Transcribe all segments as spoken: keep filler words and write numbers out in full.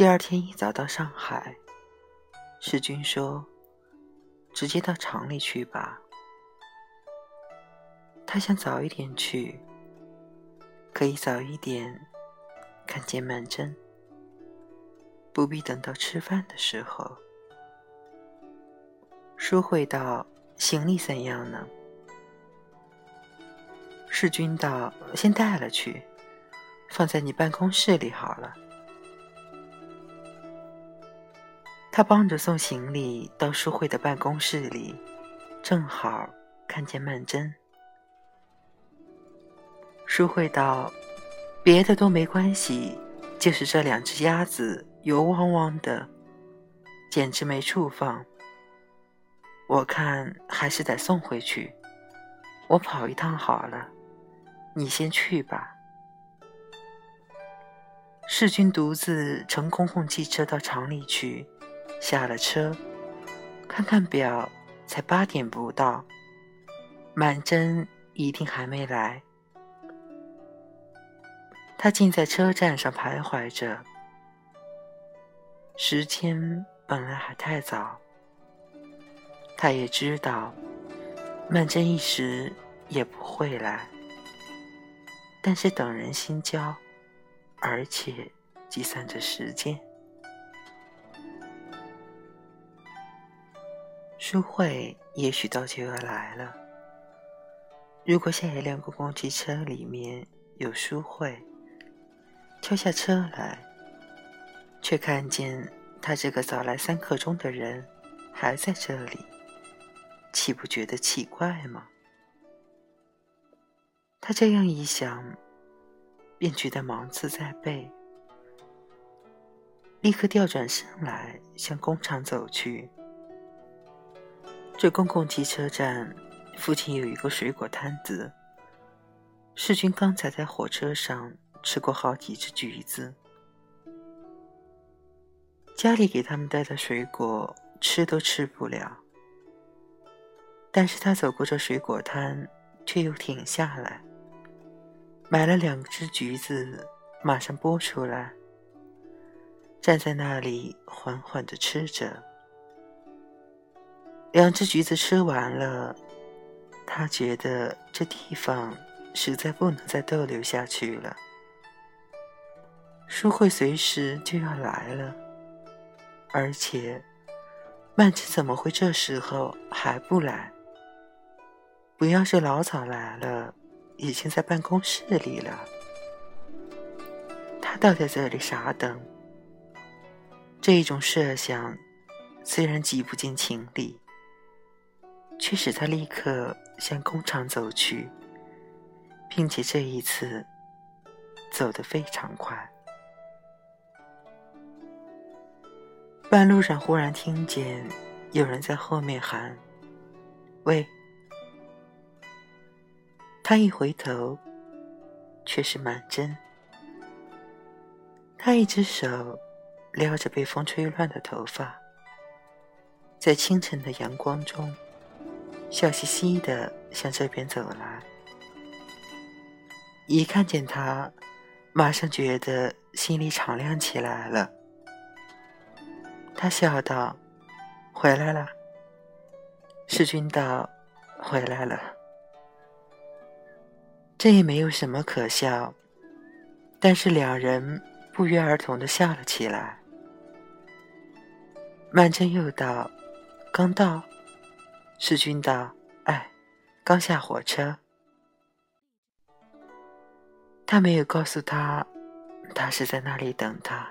第二天一早到上海，世君说直接到厂里去吧，他想早一点去，可以早一点看见曼桢，不必等到吃饭的时候。舒慧道：行李怎样呢？世君道：先带了去，放在你办公室里好了。他帮着送行李到舒慧的办公室里，正好看见曼桢。舒慧道：别的都没关系，就是这两只鸭子油汪汪的，简直没处放，我看还是得送回去，我跑一趟好了，你先去吧。世君独自乘公共汽车到厂里去，下了车，看看表，才八点不到，曼桢一定还没来。他竟在车站上徘徊着，时间本来还太早，他也知道曼桢一时也不会来，但是等人心焦，而且计算着时间。舒慧也许到就要来了，如果下一辆公共汽车里面有舒慧，跳下车来，却看见他这个早来三刻钟的人还在这里，岂不觉得奇怪吗？他这样一想，便觉得芒刺在背，立刻调转身来向工厂走去。这公共汽车站附近有一个水果摊子，世君刚才在火车上吃过好几只橘子，家里给他们带的水果吃都吃不了，但是他走过这水果摊却又停下来，买了两只橘子，马上剥出来，站在那里缓缓地吃着。两只橘子吃完了，他觉得这地方实在不能再逗留下去了。舒慧随时就要来了，而且曼桢怎么会这时候还不来？不要是老早来了，已经在办公室里了。他倒在这里傻等。这一种设想虽然极不近情理，却使他立刻向工厂走去，并且这一次走得非常快。半路上忽然听见有人在后面喊：喂！他一回头，却是曼桢。他一只手撩着被风吹乱的头发，在清晨的阳光中笑嘻嘻地向这边走来。一看见他，马上觉得心里敞亮起来了。他笑道：回来了。世君道：回来了。这也没有什么可笑，但是两人不约而同地笑了起来。曼桢又道：刚到。世君道：哎，刚下火车。他没有告诉他，他是在那里等他。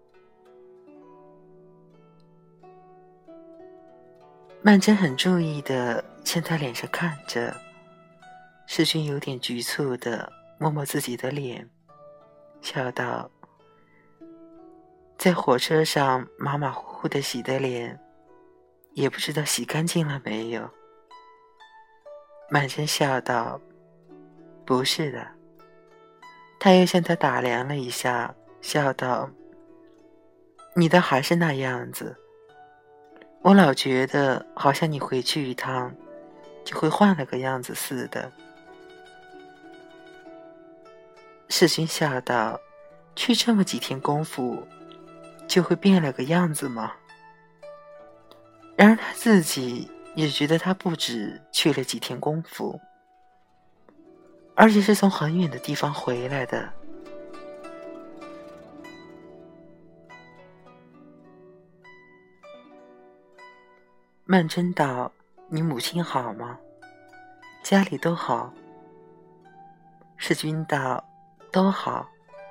曼桢很注意地向他脸上看着，世君有点局促地摸摸自己的脸，笑道：在火车上马马虎虎地洗的脸，也不知道洗干净了没有。曼桢笑道：不是的。他又向他打量了一下，笑道：你的还是那样子，我老觉得好像你回去一趟就会换了个样子似的。世君笑道：去这么几天功夫， 就会变了个样子吗？然而他自己也觉得他不止去了几天功夫，而且是从很远的地方回来的。曼桢道：你母亲好吗？家里都好。世君道：都好。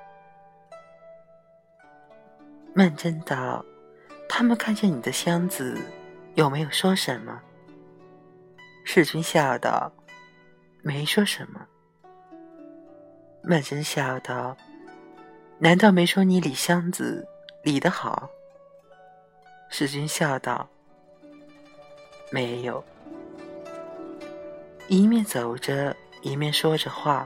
曼桢道：他们看见你的箱子，有没有说什么？世君笑道：没说什么。曼桢笑道：难道没说你理箱子理得好？世君笑道：没有。一面走着，一面说着话。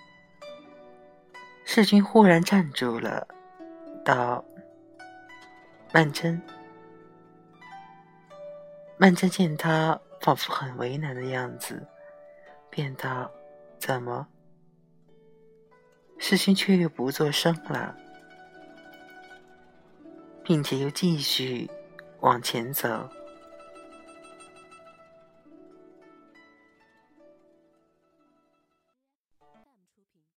世君忽然站住了，道：曼桢。曼桢见他仿佛很为难的样子，便道：怎么？世君却又不作声了，并且又继续往前走。